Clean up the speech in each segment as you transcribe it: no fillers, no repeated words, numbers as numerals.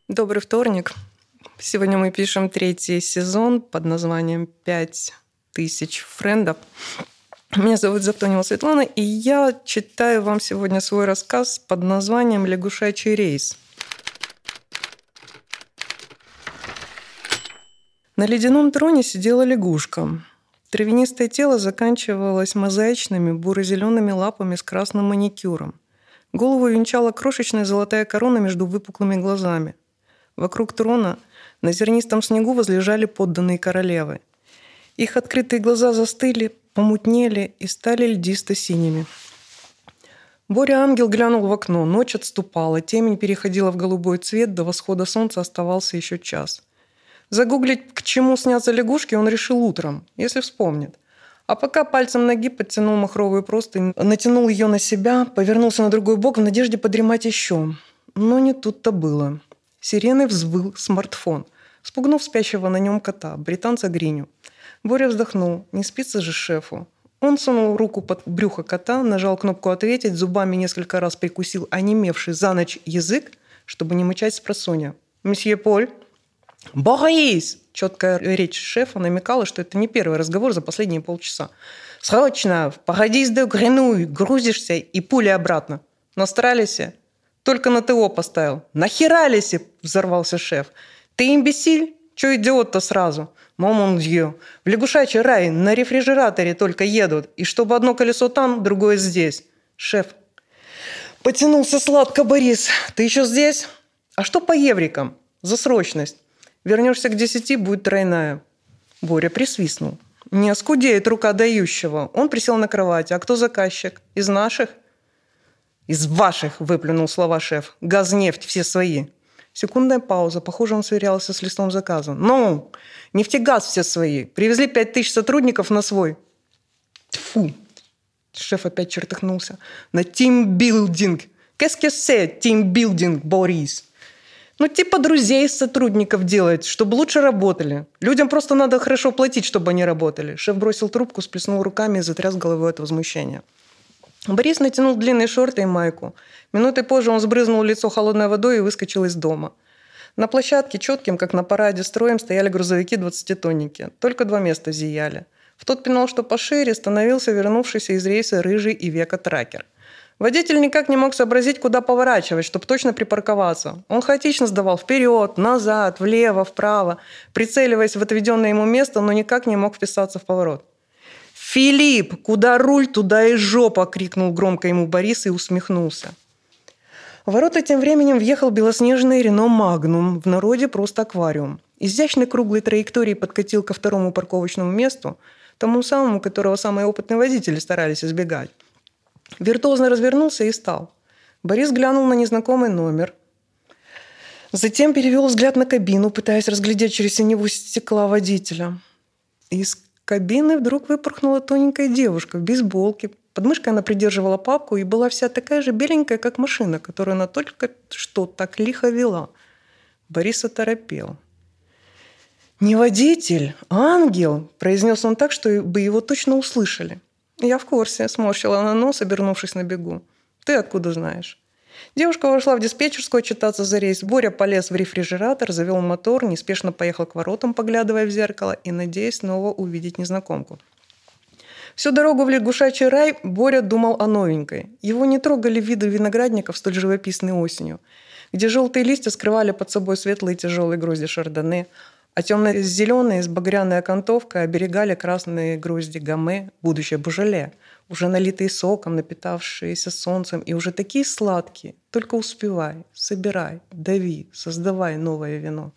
Добрый вторник. Сегодня мы пишем 3-й сезон под названием «5000 френдов». Меня зовут Завтонева Светлана, и я читаю вам сегодня свой рассказ под названием «Лягушачий рейс». На ледяном троне сидела лягушка. Травянистое тело заканчивалось мозаичными буро-зелеными лапами с красным маникюром. Голову венчала крошечная золотая корона между выпуклыми глазами. Вокруг трона на зернистом снегу возлежали подданные королевы. Их открытые глаза застыли, помутнели и стали льдисто-синими. Боря-ангел глянул в окно. Ночь отступала, темень переходила в голубой цвет, до восхода солнца оставался еще час. Загуглить, к чему снятся лягушки, он решил утром, если вспомнит. А пока пальцем ноги подтянул махровую простынь, натянул ее на себя, повернулся на другой бок в надежде подремать еще. Но не тут-то было. Сиреной взвыл смартфон, спугнув спящего на нем кота, британца Гриню. Боря вздохнул. Не спится же шефу. Он сунул руку под брюхо кота, нажал кнопку «Ответить», зубами несколько раз прикусил онемевший за ночь язык, чтобы не мычать спросонья. «Месье Поль?» «Борис!» Четкая речь шефа намекала, что это не первый разговор за последние полчаса. «Срочно! В Парадис де Гренуй! Грузишься и пули обратно!» «Настралися?» «Только на ТО поставил». «Нахералися?» – взорвался шеф. «Ты имбециль? Чё идиот-то сразу?» «Мамон дью! В лягушачий рай на рефрижераторе только едут, и чтобы одно колесо там, другое здесь». «Шеф!» Потянулся сладко Борис. «Ты еще здесь?» «А что по еврикам? За срочность. Вернешься к 10, будет тройная». Боря присвистнул. Не оскудеет рука дающего. Он присел на кровати. «А кто заказчик? Из наших?» «Из ваших!» – выплюнул слова шеф. «Газнефть, все свои». Секундная пауза. Похоже, он сверялся с листом заказа. «Ну, нефтегаз все свои. Привезли 5000 сотрудников на свой». «Тьфу!» Шеф опять чертыхнулся. «На тимбилдинг. Qu'est-ce que c'est тимбилдинг, Борис?» «Ну, типа друзей из сотрудников делать, чтобы лучше работали. Людям просто надо хорошо платить, чтобы они работали». Шеф бросил трубку, сплеснул руками и затряс головой от возмущения. Борис натянул длинные шорты и майку. Минутой позже он сбрызнул лицо холодной водой и выскочил из дома. На площадке четким, как на параде, строем стояли грузовики 20-тонники. Только 2 места зияли. В тот пенал, что пошире, становился вернувшийся из рейса рыжий Ивека тракер. Водитель никак не мог сообразить, куда поворачивать, чтобы точно припарковаться. Он хаотично сдавал вперед, назад, влево, вправо, прицеливаясь в отведенное ему место, но никак не мог вписаться в поворот. «Филипп, куда руль, туда и жопа!» – крикнул громко ему Борис и усмехнулся. В ворота тем временем въехал белоснежный Рено Магнум, в народе просто аквариум. Изящной круглой траекторией подкатил ко второму парковочному месту, тому самому, которого самые опытные водители старались избегать. Виртуозно развернулся и стал. Борис глянул на незнакомый номер. Затем перевел взгляд на кабину, пытаясь разглядеть через синеву стекла водителя. Из кабины вдруг выпорхнула тоненькая девушка в бейсболке. Под мышкой она придерживала папку и была вся такая же беленькая, как машина, которую она только что так лихо вела. Борис оторопел. «Не водитель, а ангел!» – произнес он так, чтобы его точно услышали. «Я в курсе», – сморщила она нос, обернувшись на бегу. «Ты откуда знаешь?» Девушка вошла в диспетчерскую отчитаться за рейс. Боря полез в рефрижератор, завел мотор, неспешно поехал к воротам, поглядывая в зеркало и надеясь снова увидеть незнакомку. Всю дорогу в лягушачий рай Боря думал о новенькой. Его не трогали виды виноградников столь живописной осенью, где желтые листья скрывали под собой светлые тяжелые грозди шардоне, а темно-зеленые с багряной окантовкой оберегали красные грозди гаме, будущее бужеле, уже налитые соком, напитавшиеся солнцем и уже такие сладкие. Только успевай, собирай, дави, создавай новое вино.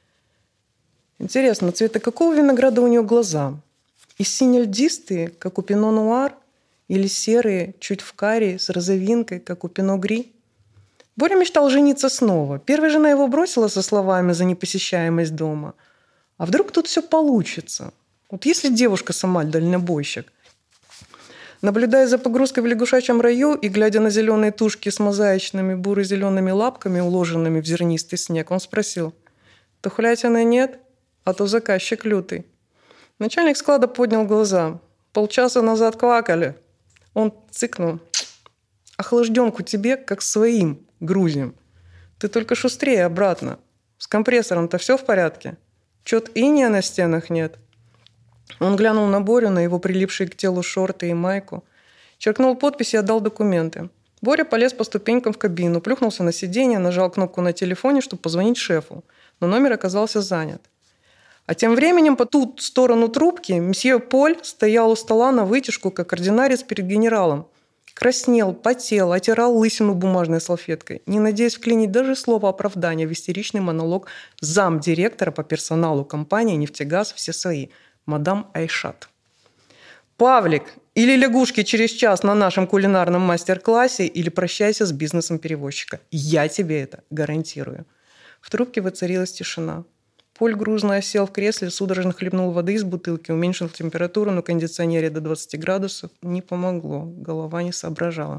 Интересно, цвета какого винограда у нее глаза? И сине-льдистые, как у пино нуар, или серые, чуть в карии, с розовинкой, как у пино гри? Боря мечтал жениться снова. Первая жена его бросила со словами за непосещаемость дома. А вдруг тут все получится? Вот если девушка сама дальнобойщик. Наблюдая за погрузкой в лягушачьем раю и глядя на зеленые тушки с мозаичными буро-зелеными лапками, уложенными в зернистый снег, он спросил: «Тухлятины нет? А то заказчик лютый». Начальник склада поднял глаза. «Полчаса назад квакали». Он цыкнул: «Охлажденку тебе, как своим, грузим. Ты только шустрее обратно. С компрессором-то все в порядке? Чё-то иния на стенах нет». Он глянул на Борю, на его прилипшие к телу шорты и майку, черкнул подпись и отдал документы. Боря полез по ступенькам в кабину, плюхнулся на сиденье, нажал кнопку на телефоне, чтобы позвонить шефу, но номер оказался занят. А тем временем по ту сторону трубки мсье Поль стоял у стола на вытяжку, как ординарец перед генералом. Краснел, потел, отирал лысину бумажной салфеткой, не надеясь вклинить даже слово оправдания в истеричный монолог замдиректора по персоналу компании «Нефтегаз все свои», мадам Айшат. «Павлик, или лягушки через час на нашем кулинарном мастер-классе, или прощайся с бизнесом перевозчика. Я тебе это гарантирую». В трубке воцарилась тишина. Поль грузно осел в кресле, судорожно хлебнул воды из бутылки, уменьшил температуру на кондиционере до 20 градусов. Не помогло, голова не соображала.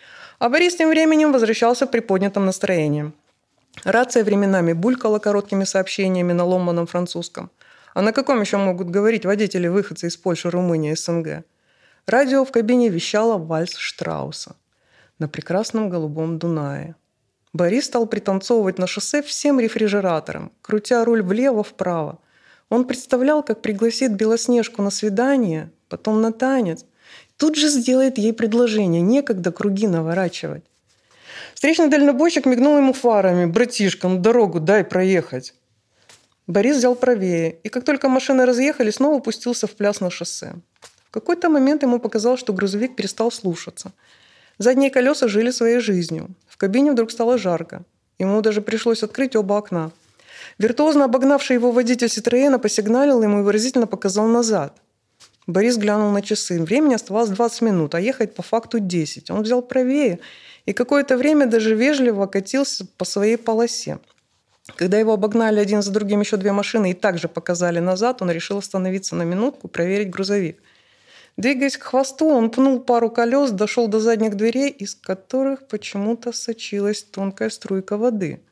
А Борис тем временем возвращался в приподнятом настроении. Рация временами булькала короткими сообщениями на ломаном французском. А на каком еще могут говорить водители-выходцы из Польши, Румынии, СНГ? Радио в кабине вещало вальс Штрауса на прекрасном голубом Дунае. Борис стал пританцовывать на шоссе всем рефрижератором, крутя руль влево-вправо. Он представлял, как пригласит Белоснежку на свидание, потом на танец. Тут же сделает ей предложение, некогда круги наворачивать. Встречный дальнобойщик мигнул ему фарами. «Братишка, ну дорогу дай проехать». Борис взял правее, и как только машины разъехали, снова пустился в пляс на шоссе. В какой-то момент ему показалось, что грузовик перестал слушаться. Задние колеса жили своей жизнью. В кабине вдруг стало жарко. Ему даже пришлось открыть оба окна. Виртуозно обогнавший его водитель Ситроена посигналил ему и выразительно показал назад. Борис глянул на часы. Времени оставалось 20 минут, а ехать по факту 10. Он взял правее и какое-то время даже вежливо катился по своей полосе. Когда его обогнали один за другим еще две машины и также показали назад, он решил остановиться на минутку и проверить грузовик. Двигаясь к хвосту, он пнул пару колес, дошел до задних дверей, из которых почему-то сочилась тонкая струйка воды.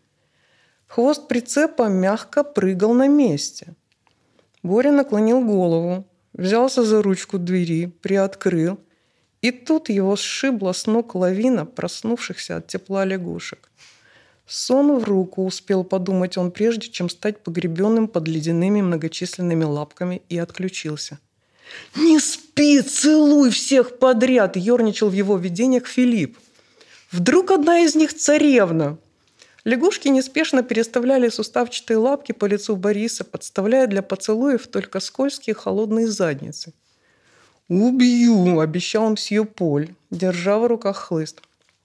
Хвост прицепа мягко прыгал на месте. Боря наклонил голову, взялся за ручку двери, приоткрыл, и тут его сшибла с ног лавина проснувшихся от тепла лягушек. Сон в руку, успел подумать он, прежде чем стать погребенным под ледяными многочисленными лапками, и отключился. «Не спи, целуй всех подряд!» – ерничал в его видениях Филипп. «Вдруг одна из них царевна?» Лягушки неспешно переставляли суставчатые лапки по лицу Бориса, подставляя для поцелуев только скользкие холодные задницы. «Убью!» – обещал мсье Поль, держа в руках хлыст.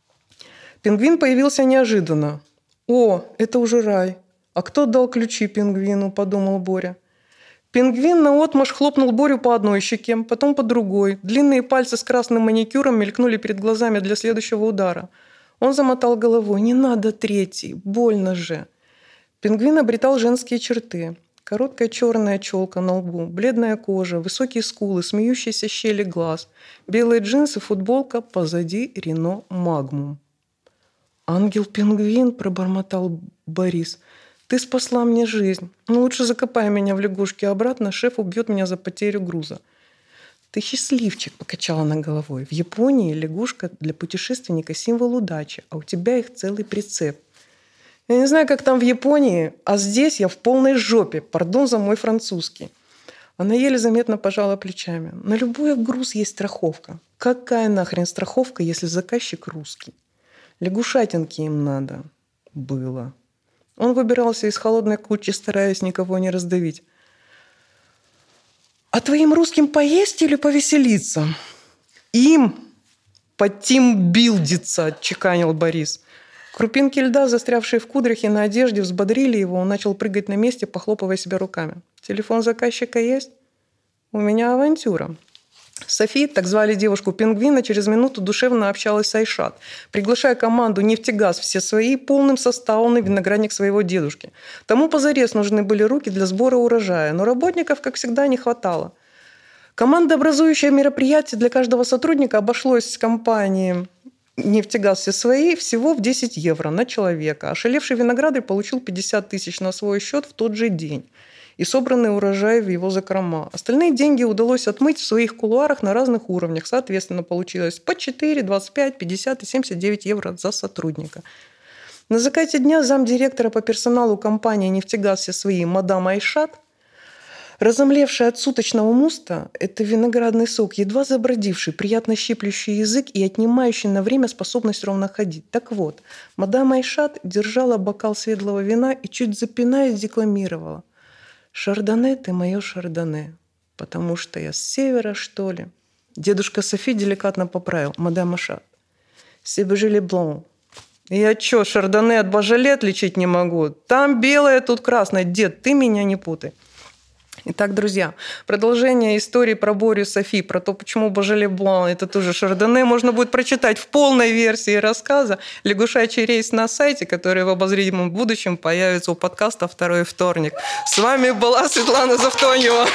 Пингвин появился неожиданно. «О, это уже рай! А кто дал ключи пингвину?» – подумал Боря. Пингвин наотмашь хлопнул Борю по одной щеке, потом по другой. Длинные пальцы с красным маникюром мелькнули перед глазами для следующего удара. Он замотал головой. «Не надо третий, больно же». Пингвин обретал женские черты. Короткая черная челка на лбу, бледная кожа, высокие скулы, смеющиеся щели глаз, белые джинсы, футболка, позади Рено Магнум. «Ангел-пингвин», – пробормотал Борис. «Ты спасла мне жизнь. Ну, лучше закопай меня в лягушке обратно, шеф убьет меня за потерю груза». «Ты счастливчик», – покачала она головой. «В Японии лягушка для путешественника – символ удачи, а у тебя их целый прицеп. Я не знаю, как там в Японии, а здесь я в полной жопе. Пардон за мой французский». Она еле заметно пожала плечами. «На любой груз есть страховка. Какая нахрен страховка, если заказчик русский? Лягушатинки им надо было». Он выбирался из холодной кучи, стараясь никого не раздавить. «А твоим русским поесть или повеселиться?» «Им потимбилдиться», – отчеканил Борис. Крупинки льда, застрявшие в кудрях и на одежде, взбодрили его. Он начал прыгать на месте, похлопывая себя руками. «Телефон заказчика есть?» «У меня авантюра». Софи, так звали девушку-пингвина, через минуту душевно общалась с Айшат, приглашая команду «Нефтегаз все свои» полным составом на виноградник своего дедушки. Тому позарез нужны были руки для сбора урожая, но работников, как всегда, не хватало. Командообразующее мероприятие для каждого сотрудника обошлось компании «Нефтегаз все свои» всего в 10 евро на человека. Ошалевший виноградарь получил 50 тысяч на свой счет в тот же день и собранный урожай в его закрома. Остальные деньги удалось отмыть в своих кулуарах на разных уровнях. Соответственно, получилось по 4, 25, 50 и 79 евро за сотрудника. На закате дня замдиректора по персоналу компании «Нефтегаз» все свои мадам Айшат, разомлевшая от суточного муста, это виноградный сок, едва забродивший, приятно щиплющий язык и отнимающий на время способность ровно ходить. Так вот, мадам Айшат держала бокал светлого вина и, чуть запинаясь, декламировала: «Шардоне, ты мое шардоне, потому что я с севера, что ли?» Дедушка Софи деликатно поправил: «Мадам Айшат, c'est Beaujolais blanc». Я чё, шардоне от божоле отличить не могу? Там белое, тут красное. Дед, ты меня не путай. Итак, друзья, продолжение истории про Борю Софи, про то, почему Божоле Блан – это тоже шардоне, можно будет прочитать в полной версии рассказа «Лягушачий рейс» на сайте, который в обозримом будущем появится у подкаста «Второй вторник». С вами была Светлана Завтоньева.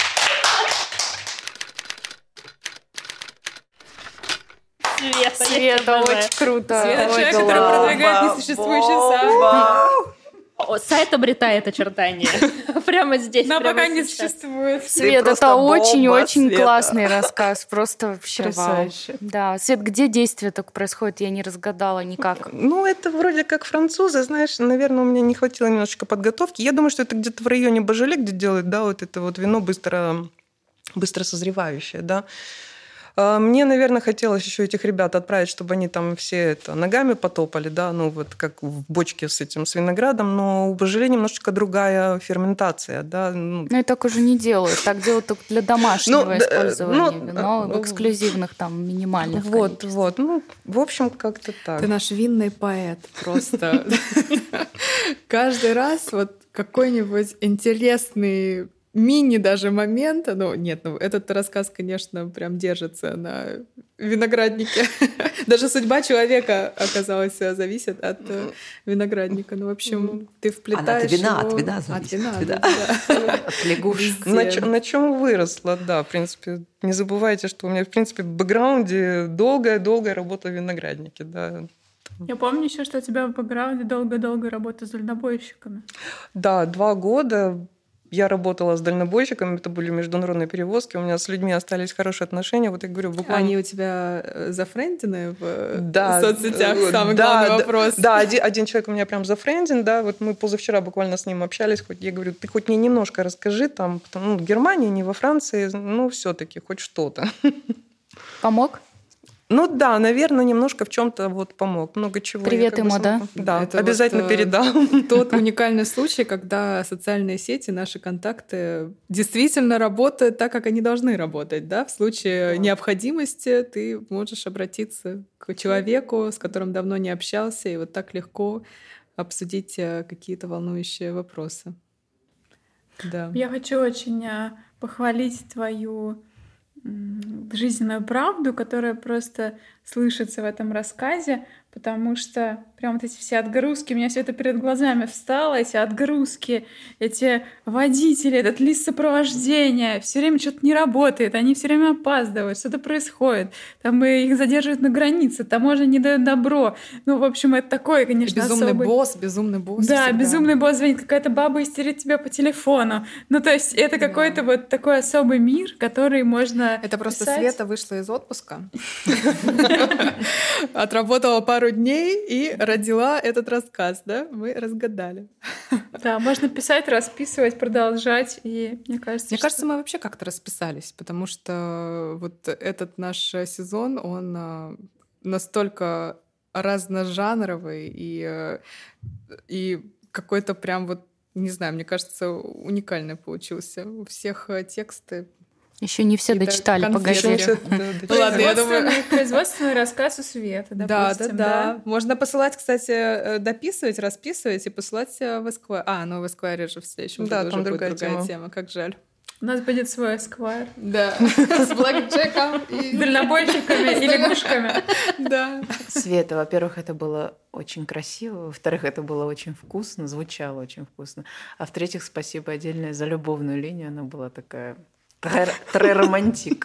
Света, очень круто. Света — человек, который продвигает несуществующий сайт. Сайт обретает очертания. Прямо здесь. Но пока не существует. Свет, это очень-очень классный рассказ. Просто вообще потрясающе. Да. Свет, где действие так происходит? Я не разгадала никак. Ну, это вроде как французы, знаешь, наверное, у меня не хватило немножечко подготовки. Я думаю, что это где-то в районе Божоле, где делают, да, вот это вот вино быстро созревающее, да. Мне, наверное, хотелось еще этих ребят отправить, чтобы они там все это ногами потопали, да, ну вот как в бочке с виноградом, но у Божоле немножечко другая ферментация, да. Ну и так уже не делают, так делают только для домашнего использования вина, в эксклюзивных там минимальных количествах. Вот, ну, в общем, как-то так. Ты наш винный поэт просто. Каждый раз вот какой-нибудь интересный мини даже момент, этот рассказ, конечно, прям держится на винограднике. Даже судьба человека, оказалось, зависит от виноградника. Ну, в общем, ты вплетаешь от вина зависит. От лягушек. На чем выросла, да, в принципе. Не забывайте, что у меня, в принципе, в бэкграунде долгая работа в винограднике, да. Я помню еще, что у тебя в бэкграунде долго-долго работа с дальнобойщиками. Да, 2 года. Я работала с дальнобойщиками, это были международные перевозки, у меня с людьми остались хорошие отношения. Вот я говорю, буквально... Они у тебя зафрендены в соцсетях? Самый главный вопрос. Да, один человек у меня прям зафренден, да, вот мы позавчера буквально с ним общались, я говорю, ты хоть мне немножко расскажи, там, в Германии, не во Франции, все-таки хоть что-то. Помог? Ну да, наверное, немножко в чем-то вот помог. Много чего. Привет ему, да? Да, это обязательно передам. Тот уникальный случай, когда социальные сети, наши контакты действительно работают так, как они должны работать. Да? В случае необходимости ты можешь обратиться к человеку, с которым давно не общался, и вот так легко обсудить какие-то волнующие вопросы. Да. Я хочу очень похвалить твою жизненную правду, которая просто слышится в этом рассказе, потому что прям вот эти все отгрузки, у меня все это перед глазами встало, эти отгрузки, эти водители, этот лист сопровождения, все время что-то не работает, они все время опаздывают, что-то происходит, там их задерживают на границе, таможня не дает добро. Ну, в общем, это такое, конечно, безумный особый... безумный босс. Да, всегда. Безумный босс звонит, какая-то баба истерит тебя по телефону. Ну, то есть это какой-то вот такой особый мир, который можно Это просто писать. Света вышла из отпуска, отработала пару дней и родила этот рассказ, да? Мы разгадали. Да, можно писать, расписывать, продолжать, и мне кажется, мы вообще как-то расписались, потому что вот этот наш сезон, он настолько разножанровый и какой-то прям вот, не знаю, мне кажется, уникальный получился. У всех тексты. Еще не все дочитали, погоди. Ладно, я думаю... Производственный рассказ у Светы, допустим. Да. Можно посылать, кстати, дописывать, расписывать и посылать в Esquire. В Esquire же в следующем году уже будет другая тема. Как жаль. У нас будет свой Esquire. Да, с блэкджеком и дальнобойщиками и лягушками. Да. Света, во-первых, это было очень красиво, во-вторых, это было очень вкусно, звучало очень вкусно, а в-третьих, спасибо отдельное за любовную линию, она была такая романтик.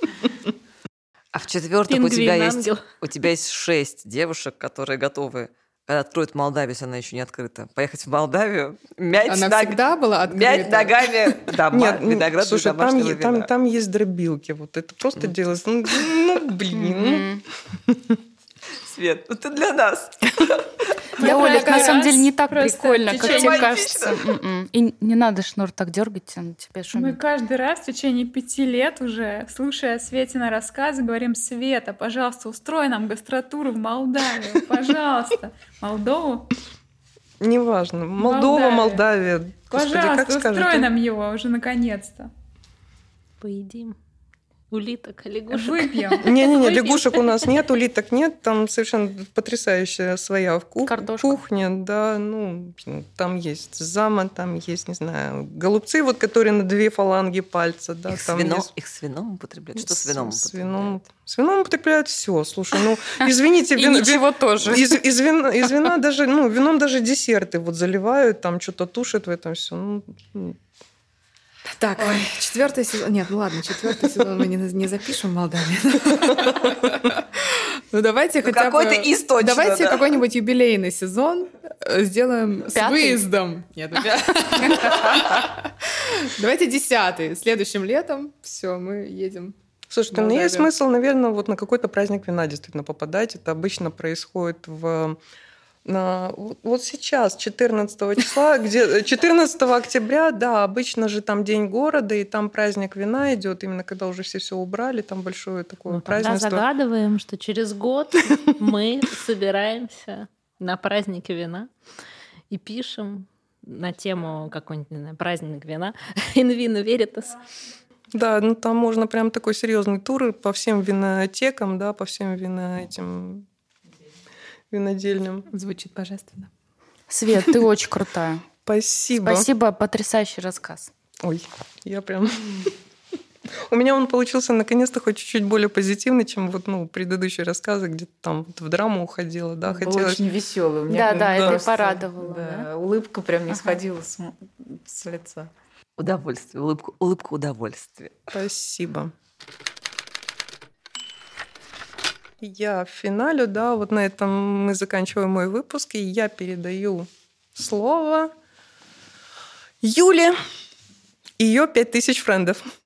А в-четвертых, у тебя есть 6 девушек, которые готовы, когда откроют Молдавию, если она еще не открыта, поехать в Молдавию, всегда была открыта. Мять ногами виноград для домашнего вина. Там есть дробилки. Вот это просто делается. Блин. Свет, ну ты для нас. Да, Оля, это на самом деле не так прикольно, как тебе кажется. И не надо шнур так дергать, он тебе шумит. Мы каждый раз в течение 5 лет уже, слушая Светины рассказы, говорим: Света, пожалуйста, устрой нам гастротуру в Молдавию, пожалуйста. Молдову? Неважно. Молдова, Молдавия. Пожалуйста, устрой нам его уже наконец-то. Поедим. Улиток, лягушек. Выпьем. Не-не-не, лягушек у нас нет, улиток нет. Там совершенно потрясающая своя кухня. Да, ну, там есть зама, там есть, не знаю, голубцы, вот, которые на 2 фаланги пальца. Да, их с вином употребляют? Что с вином употребляют? С вином употребляют все. Слушай, ну, извините, ничего тоже. Из вина даже, ну, вином даже десерты вот заливают, там что-то тушат в этом все. Так, 4-й сезон. Нет, ну ладно, 4-й сезон мы не запишем в Молдавии. Ну давайте хотя бы... Давайте какой-нибудь юбилейный сезон сделаем с выездом. Нет, давайте 10-й. Следующим летом все, мы едем. Слушайте, ну есть смысл, наверное, вот на какой-то праздник вина действительно попадать. Это обычно происходит вот сейчас, 14 числа, 14 октября, да, обычно же там День города, и там праздник вина идет, именно когда уже все убрали, там большое такое празднество. Тогда загадываем, что через год мы собираемся на празднике вина и пишем на тему какой-нибудь, не знаю, праздник вина «In vino veritas». Да, ну там можно прям такой серьезный тур по всем винотекам, да, по всем винодельням. Звучит божественно. Свет, ты очень крутая. Спасибо. Спасибо, потрясающий рассказ. Ой, я прям... У меня он получился наконец-то хоть чуть-чуть более позитивный, чем вот, предыдущие рассказы, где-то там в драму уходила, да, хотелось... очень веселый. Да, это порадовало. Да, улыбка прям не сходила с лица. Удовольствие, улыбка удовольствия. Спасибо. Я в финале, да, вот на этом мы заканчиваем мой выпуск, и я передаю слово Юле. Ее 5000 френдов.